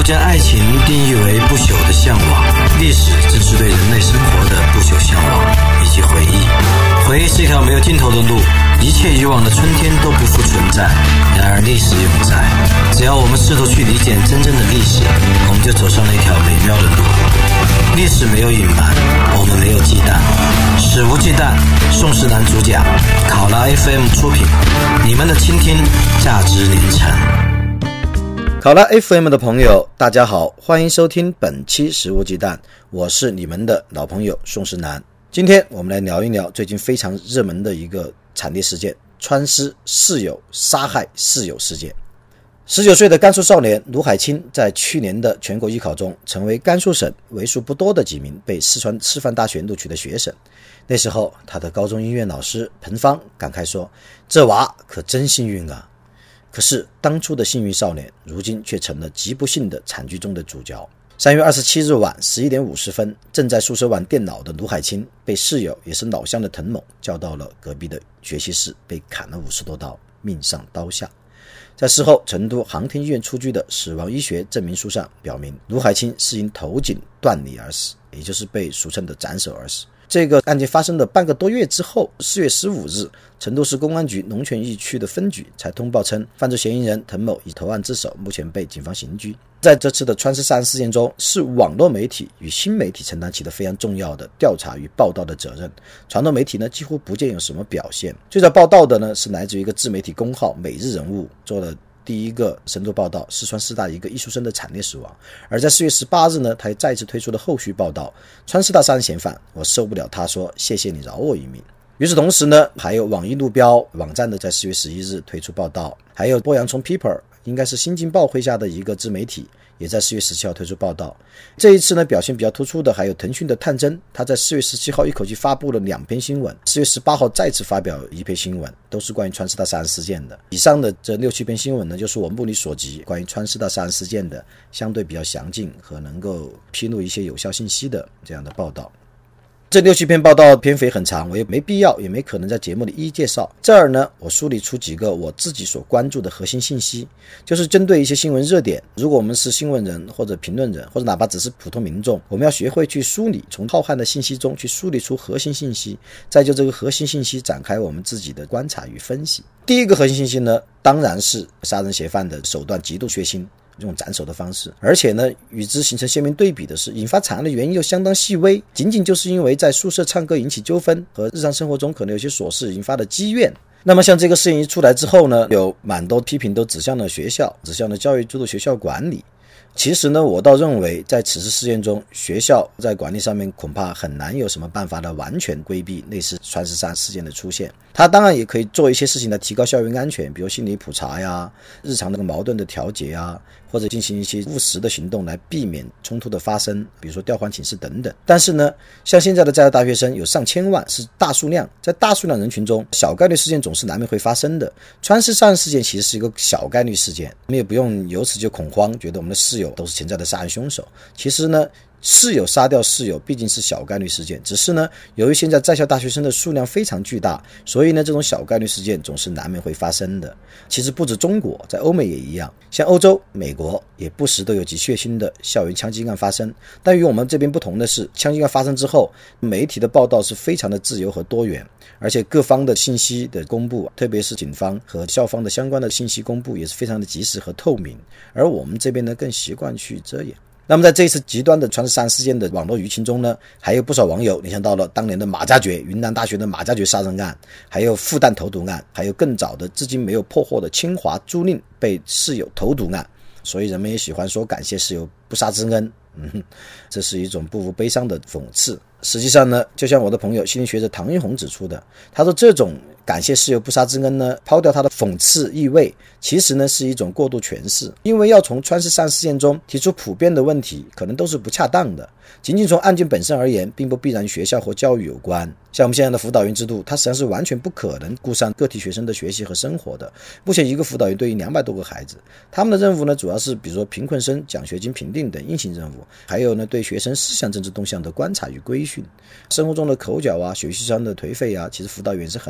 将爱情定义为不朽的向往，历史正是对人类生活的不朽向往以及回忆。回忆是一条没有尽头的路，一切以往的春天都不复存在，然而历史永在。只要我们试图去理解真正的历史，我们就走上了一条美妙的路。历史没有隐瞒，我们没有忌惮，史无忌惮。宋时男主讲，考拉 FM 出品，你们的倾听价值连城。考拉 FM 的朋友大家好，欢迎收听本期史无忌惮，我是你们的老朋友宋时男。今天我们来聊一聊最近非常热门的一个惨烈事件，川师室友杀害室友事件。19岁的甘肃少年卢海清在去年的全国艺考中成为甘肃省为数不多的几名被四川师范大学录取的学生。那时候他的高中音乐老师彭芳感慨说，这娃可真幸运啊。可是当初的幸运少年如今却成了极不幸的惨剧中的主角。3月27日晚11点50分，正在宿舍玩电脑的卢海清被室友也是老乡的滕某叫到了隔壁的学习室，被砍了50多刀，命丧刀下。在事后成都航天医院出具的死亡医学证明书上表明，卢海清是因头颈断离而死，也就是被俗称的斩首而死。这个案件发生的半个多月之后，4月15日，成都市公安局龙泉驿区的分局才通报称，犯罪嫌疑人滕某已投案自首，目前被警方刑拘。在这次的川师杀人事件中，是网络媒体与新媒体承担起了非常重要的调查与报道的责任。传统媒体呢，几乎不见有什么表现。最早报道的呢，是来自于一个自媒体公号每日人物做了第一个深度报道，四川师大一个艺术生的惨烈死亡。而在4月18日呢，他再次推出了后续报道，川师大杀人嫌犯，我受不了他说谢谢你饶我一命。与此同时呢，还有网易路标网站的在4月11日推出报道，还有剥洋葱 People 应该是新京报麾下的一个自媒体，也在4月17号推出报道。这一次呢，表现比较突出的还有腾讯的探针，他在4月17号一口气发布了2篇新闻，4月18号再次发表一篇新闻，都是关于川师大杀人事件的。以上的这6、7篇新闻呢，就是我目力所及关于川师大杀人事件的相对比较详尽和能够披露一些有效信息的这样的报道。这6、7篇报道篇幅很长，我也没必要也没可能在节目里一一介绍。这儿呢，我梳理出几个我自己所关注的核心信息，就是针对一些新闻热点，如果我们是新闻人或者评论人，或者哪怕只是普通民众，我们要学会去梳理，从浩瀚的信息中去梳理出核心信息，再就这个核心信息展开我们自己的观察与分析。第一个核心信息呢，当然是杀人嫌犯的手段极度血腥，用斩首的方式，而且呢，与之形成鲜明对比的是，引发惨案的原因又相当细微，仅仅就是因为在宿舍唱歌引起纠纷和日常生活中可能有些琐事引发的积怨。那么像这个事情一出来之后呢，有蛮多批评都指向了学校，指向了教育制度、学校管理。其实呢，我倒认为在此次事件中，学校在管理上面恐怕很难有什么办法来完全规避类似川师杀人事件的出现。他当然也可以做一些事情来提高校园安全，比如心理普查呀，日常那个矛盾的调节啊，或者进行一些务实的行动来避免冲突的发生，比如说调换寝室等等。但是呢，像现在的在校大学生有上千万，是大数量，在大数量人群中，小概率事件总是难免会发生的。川师杀人事件其实是一个小概率事件，我们也不用由此就恐慌，觉得我们的室友都是潜在的杀人凶手。其实呢，室友杀掉室友毕竟是小概率事件，只是呢，由于现在在校大学生的数量非常巨大，所以呢，这种小概率事件总是难免会发生的。其实不止中国，在欧美也一样，像欧洲、美国也不时都有极血腥的校园枪击案发生。但与我们这边不同的是，枪击案发生之后，媒体的报道是非常的自由和多元，而且各方的信息的公布，特别是警方和校方的相关的信息公布也是非常的及时和透明，而我们这边呢更习惯去遮掩。那么在这一次极端的川师杀人事件的网络舆情中呢，还有不少网友联想到了当年的马加爵，云南大学的马加爵杀人案，还有复旦投毒案，还有更早的至今没有破获的清华朱令被室友投毒案，所以人们也喜欢说感谢室友不杀之恩。这是一种不无悲伤的讽刺。实际上呢，就像我的朋友心理学者唐云红指出的，他说这种感谢室友不杀之恩呢，抛掉他的讽刺意味，其实呢是一种过度诠释。因为要从川师杀人事件中提出普遍的问题，可能都是不恰当的。仅仅从案件本身而言，并不必然与学校或教育有关。像我们现在的辅导员制度，它实际上是完全不可能顾上个体学生的学习和生活的。目前一个辅导员对于200多个孩子，他们的任务呢，主要是比如说贫困生奖学金评定等硬性任务，还有呢对学生思想政治动向的观察与规训。生活中的口角啊、学习上的颓废啊，其实辅导员是很难顾上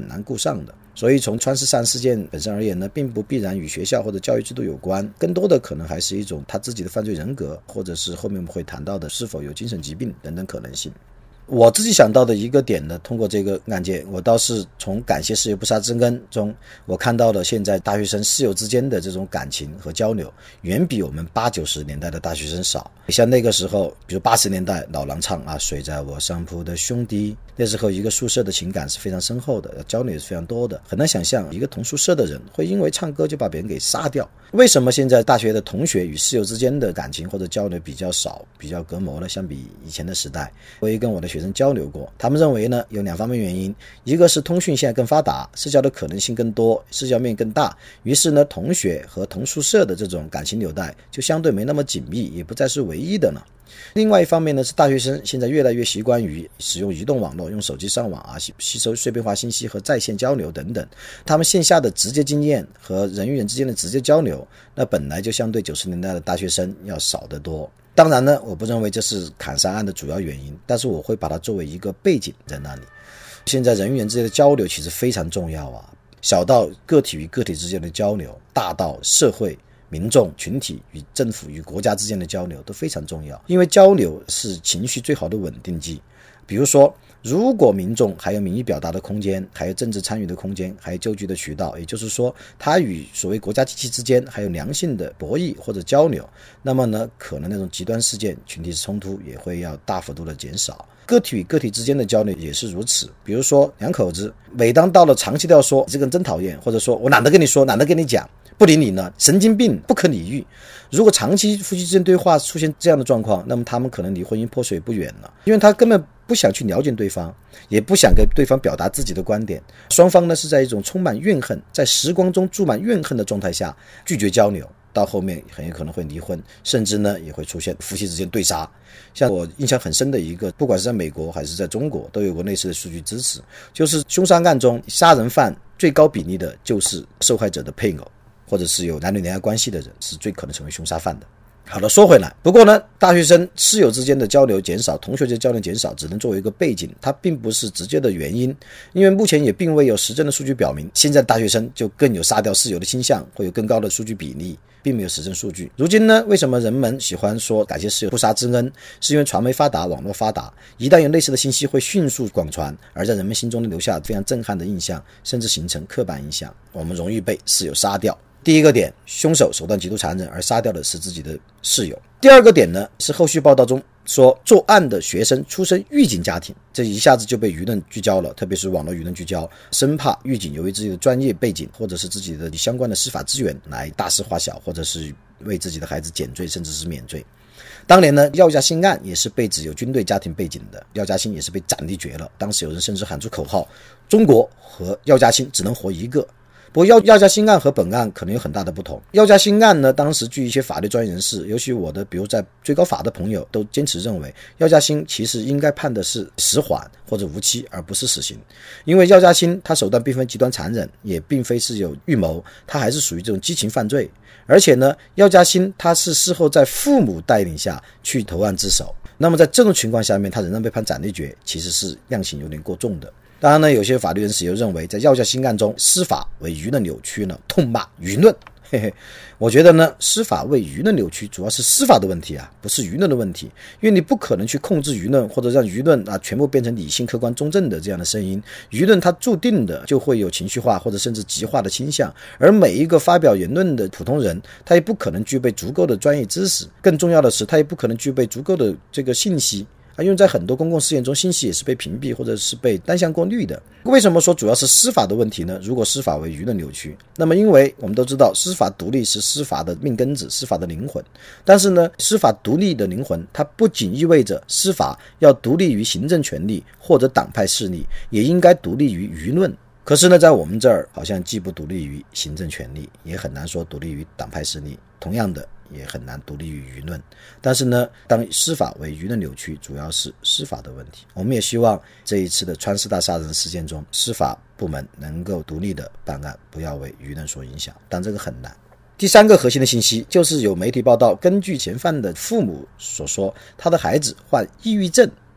上的。所以从川氏杀人事件本身而言呢，并不必然与学校或者教育制度有关，更多的可能还是一种他自己的犯罪人格，或者是后面我们会谈到的是否有精神疾病等等可能性。我自己想到的一个点呢，通过这个案件，我倒是从感谢室友不杀之恩中，我看到了现在大学生室友之间的这种感情和交流，远比我们80、90年代的大学生少。像那个时候，比如80年代老狼唱啊，睡在我上铺的兄弟，那时候一个宿舍的情感是非常深厚的，交流也是非常多的，很难想象一个同宿舍的人会因为唱歌就把别人给杀掉。为什么现在大学的同学与室友之间的感情或者交流比较少，比较隔膜呢？相比以前的时代，我也跟我的学生交流过，他们认为呢有2方面原因，一个是通讯现在更发达，社交的可能性更多，社交面更大，于是呢同学和同宿舍的这种感情纽带就相对没那么紧密，也不再是唯一的呢。另外一方面呢，是大学生现在越来越习惯于使用移动网络，用手机上网啊，吸收碎片化信息和在线交流等等，他们线下的直接经验和人与人之间的直接交流，那本来就相对90年代的大学生要少得多。当然呢，我不认为这是砍杀案的主要原因，但是我会把它作为一个背景在那里。现在人与人之间的交流其实非常重要啊，小到个体与个体之间的交流，大到社会民众群体与政府与国家之间的交流都非常重要，因为交流是情绪最好的稳定剂。比如说，如果民众还有民意表达的空间，还有政治参与的空间，还有救济的渠道，也就是说他与所谓国家机器之间还有良性的博弈或者交流，那么呢，可能那种极端事件群体冲突也会要大幅度的减少。个体与个体之间的交流也是如此，比如说两口子每当到了长期都要说你这个人真讨厌，或者说我懒得跟你说，懒得跟你讲，不理你呢，神经病，不可理喻。如果长期夫妻之间对话出现这样的状况，那么他们可能离婚姻破碎不远了，因为他根本不想去了解对方，也不想跟对方表达自己的观点，双方呢是在一种充满怨恨，在时光中注满怨恨的状态下拒绝交流，到后面很有可能会离婚，甚至呢也会出现夫妻之间对杀。像我印象很深的一个，不管是在美国还是在中国都有过类似的数据支持，就是凶杀案中杀人犯最高比例的就是受害者的配偶，或者是有男女恋爱关系的人是最可能成为凶杀犯的。好的，说回来，不过呢，大学生室友之间的交流减少，同学之间交流减少，只能作为一个背景，它并不是直接的原因，因为目前也并未有实证的数据表明，现在大学生就更有杀掉室友的倾向，会有更高的数据比例，并没有实证数据。如今呢，为什么人们喜欢说感谢室友不杀之恩，是因为传媒发达，网络发达，一旦有类似的信息会迅速广传，而在人们心中留下非常震撼的印象，甚至形成刻板印象，我们容易被室友杀掉。第一个点，凶手手段极度残忍，而杀掉的是自己的室友。第二个点呢，是后续报道中说作案的学生出身狱警家庭，这一下子就被舆论聚焦了，特别是网络舆论聚焦，生怕狱警由于自己的专业背景或者是自己的相关的司法资源来大事化小，或者是为自己的孩子减罪甚至是免罪。当年呢，药家鑫案也是被指有军队家庭背景的，药家鑫也是被斩立决了，当时有人甚至喊出口号，中国和药家鑫只能活一个。不过药家鑫案和本案可能有很大的不同。药家鑫案呢，当时据一些法律专业人士，尤其我的比如在最高法的朋友都坚持认为，药家鑫其实应该判的是死缓或者无期，而不是死刑。因为药家鑫他手段并非极端残忍，也并非是有预谋，他还是属于这种激情犯罪。而且呢，药家鑫他是事后在父母带领下去投案自首，那么在这种情况下面，他仍然被判斩立决，其实是量刑有点过重的。当然呢，有些法律人士又认为，在药家鑫案中，司法为舆论扭曲呢，痛骂舆论。我觉得呢，司法为舆论扭曲，主要是司法的问题啊，不是舆论的问题。因为你不可能去控制舆论，或者让舆论全部变成理性、客观、中正的这样的声音。舆论它注定的就会有情绪化或者甚至极化的倾向，而每一个发表言论的普通人，他也不可能具备足够的专业知识。更重要的是，他也不可能具备足够的这个信息。因为在很多公共事件中，信息也是被屏蔽或者是被单向过滤的。为什么说主要是司法的问题呢？如果司法为舆论扭曲，那么因为我们都知道司法独立是司法的命根子，司法的灵魂。但是呢，司法独立的灵魂，它不仅意味着司法要独立于行政权力或者党派势力，也应该独立于舆论。可是呢，在我们这儿好像既不独立于行政权力，也很难说独立于党派势力，同样的也很难独立于舆论。但是呢，当司法为舆论扭曲，主要是司法的问题。我们也希望这一次的川师大杀人事件中，司法部门能够独立的办案，不要为舆论所影响，但这个很难。第三个核心的信息就是有媒体报道，根据嫌犯的父母所说，他的孩子患抑郁症。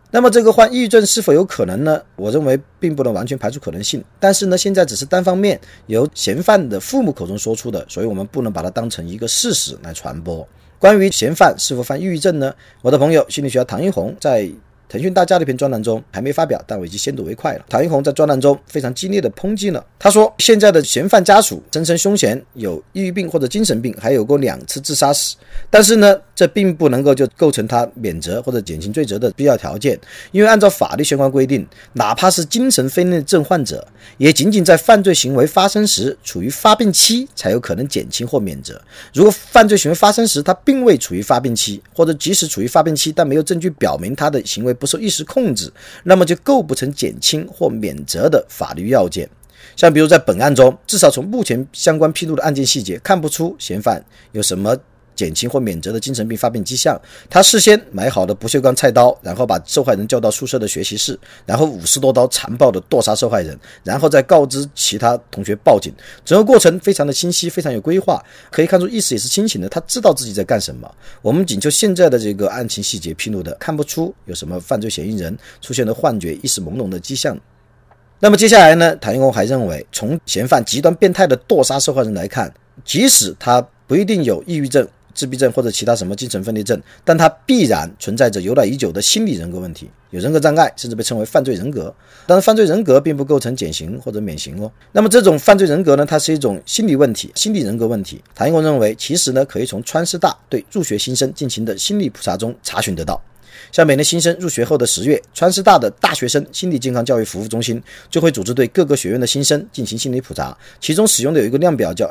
那么这个患抑郁症是否有可能呢？我认为并不能完全排除可能性，但是呢，现在只是单方面由嫌犯的父母口中说出的，所以我们不能把它当成一个事实来传播。关于嫌犯是否犯抑郁症呢？我的朋友心理学家唐一红在腾讯大家的一篇专栏中还没发表，但我已经先睹为快了。唐一红在专栏中非常激烈的抨击了，他说现在的嫌犯家属声称凶嫌有抑郁病或者精神病，还有过2次自杀史，但是呢，这并不能够就构成他免责或者减轻罪责的必要条件，因为按照法律相关规定，哪怕是精神分裂症患者，也仅仅在犯罪行为发生时处于发病期才有可能减轻或免责。如果犯罪行为发生时他并未处于发病期，或者即使处于发病期但没有证据表明他的行为不受意识控制，那么就构不成减轻或免责的法律要件。像比如在本案中，至少从目前相关披露的案件细节看不出嫌犯有什么减轻或免责的精神病发病迹象。他事先买好的不锈钢菜刀，然后把受害人叫到宿舍的学习室，然后50多刀残暴的剁杀受害人，然后再告知其他同学报警。整个过程非常的清晰，非常有规划，可以看出意识也是清醒的，他知道自己在干什么。我们仅就现在的这个案情细节披露的，看不出有什么犯罪嫌疑人出现了幻觉、意识朦胧的迹象。那么接下来呢，谭一红还认为，从嫌犯极端变态的剁杀受害人来看，即使他不一定有抑郁症、自闭症或者其他什么精神分裂症，但他必然存在着由来已久的心理人格问题，有人格障碍，甚至被称为犯罪人格。但是犯罪人格并不构成减刑或者免刑哦。那么这种犯罪人格呢，它是一种心理问题、心理人格问题。谭一红认为，其实呢，可以从川师大对入学新生进行的心理普查中查询得到。像每年新生入学后的10月，川师大的大学生心理健康教育服务中心就会组织对各个学院的新生进行心理普查，其中使用的有一个量表叫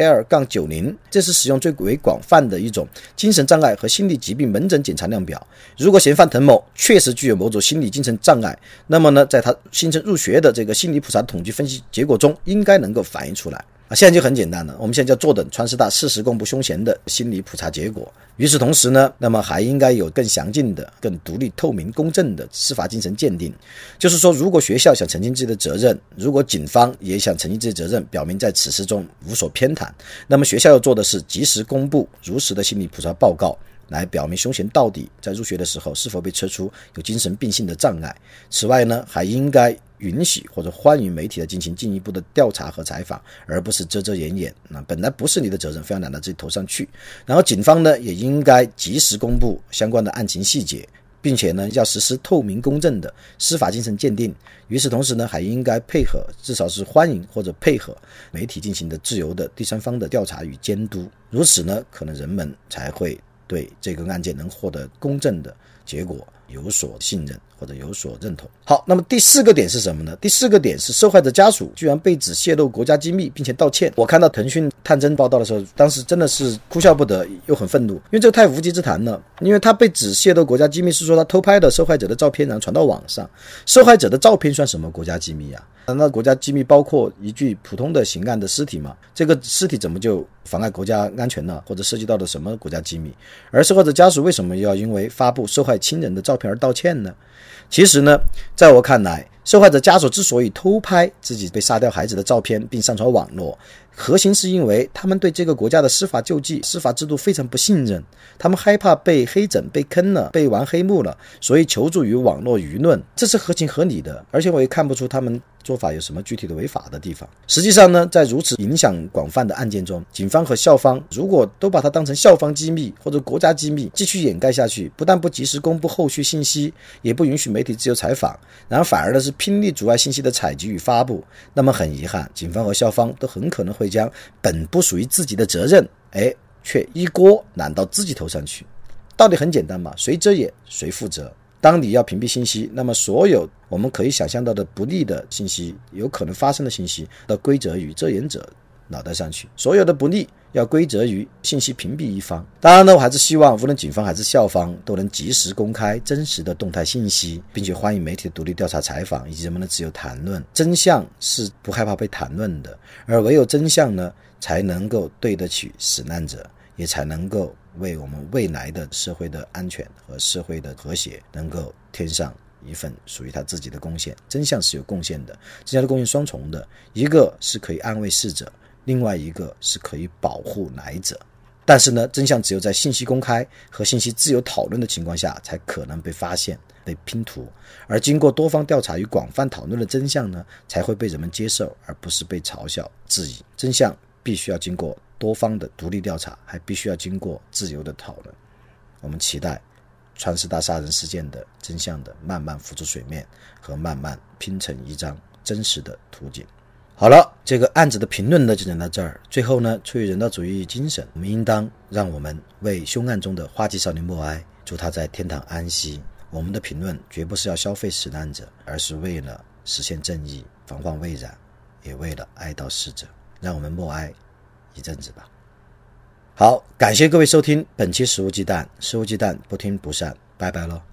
SCL-90， 这是使用最为广泛的一种精神障碍和心理疾病门诊检查量表。如果嫌犯滕某确实具有某种心理精神障碍，那么呢，在他新生入学的这个心理普查统计分析结果中应该能够反映出来。现在就很简单了，我们现在就坐等川师大适时公布凶嫌的心理普查结果。与此同时呢，那么还应该有更详尽的、更独立、透明、公正的司法精神鉴定。就是说，如果学校想澄清自己的责任，如果警方也想澄清自己的责任，表明在此事中无所偏袒，那么学校要做的是及时公布如实的心理普查报告，来表明凶嫌到底在入学的时候是否被测出有精神病性的障碍。此外呢，还应该允许或者欢迎媒体的进行进一步的调查和采访，而不是遮遮掩掩。那本来不是你的责任，非要揽到自己头上去。然后警方呢，也应该及时公布相关的案情细节，并且呢，要实施透明公正的司法精神鉴定。与此同时呢，还应该配合，至少是欢迎或者配合媒体进行的自由的第三方的调查与监督。如此呢，可能人们才会对这个案件能获得公正的结果有所信任或者有所认同。好，那么第4个点是什么呢？第4个点是受害者家属居然被指泄露国家机密并且道歉。我看到腾讯探侦报道的时候，当时真的是哭笑不得又很愤怒，因为这个太无稽之谈了。因为他被指泄露国家机密是说他偷拍了受害者的照片然后传到网上，受害者的照片算什么国家机密啊？难道国家机密包括一具普通的刑案的尸体吗？这个尸体怎么就妨碍国家安全了，或者涉及到了什么国家机密？而受害者家属为什么要因为发布受害亲人的照片而道歉呢？其实呢，在我看来，受害者家属之所以偷拍自己被杀掉孩子的照片并上传网络，核心是因为他们对这个国家的司法救济、司法制度非常不信任，他们害怕被黑整、被坑了、被玩黑幕了，所以求助于网络舆论，这是合情合理的。而且我也看不出他们做法有什么具体的违法的地方。实际上呢，在如此影响广泛的案件中，警方和校方如果都把它当成校方机密或者国家机密继续掩盖下去，不但不及时公布后续信息，也不允许媒体自由采访，然后反而是拼力阻碍信息的采集与发布，那么很遗憾，警方和校方都很可能会将本不属于自己的责任却一锅揽到自己头上去。道理很简单嘛，谁遮掩谁负责。当你要屏蔽信息，那么所有我们可以想象到的不利的信息，有可能发生的信息要归责于遮掩者脑袋上去，所有的不利要归责于信息屏蔽一方。当然呢，我还是希望无论警方还是校方都能及时公开真实的动态信息，并且欢迎媒体的独立调查采访以及人们的自由谈论。真相是不害怕被谈论的，而唯有真相呢，才能够对得起死难者，也才能够为我们未来的社会的安全和社会的和谐能够添上一份属于他自己的贡献。真相是有贡献的，真相的贡献双重的，一个是可以安慰逝者，另外一个是可以保护来者。 但是呢，真相只有在信息公开和信息自由讨论的情况下才可能被发现、被拼图，而经过多方调查与广泛讨论的真相呢，才会被人们接受，而不是被嘲笑、质疑。真相必须要经过多方的独立调查，还必须要经过自由的讨论。我们期待川师大杀人事件的真相的慢慢浮出水面，和慢慢拼成一张真实的图景。好了，这个案子的评论呢就讲到这儿。最后呢，出于人道主义精神，我们应当让我们为凶案中的花季少年默哀，祝他在天堂安息。我们的评论绝不是要消费死难者，而是为了实现正义，防患未然，也为了哀悼逝者。让我们默哀一阵子吧。好，感谢各位收听本期食物鸡蛋，食物鸡蛋不听不散，拜拜咯。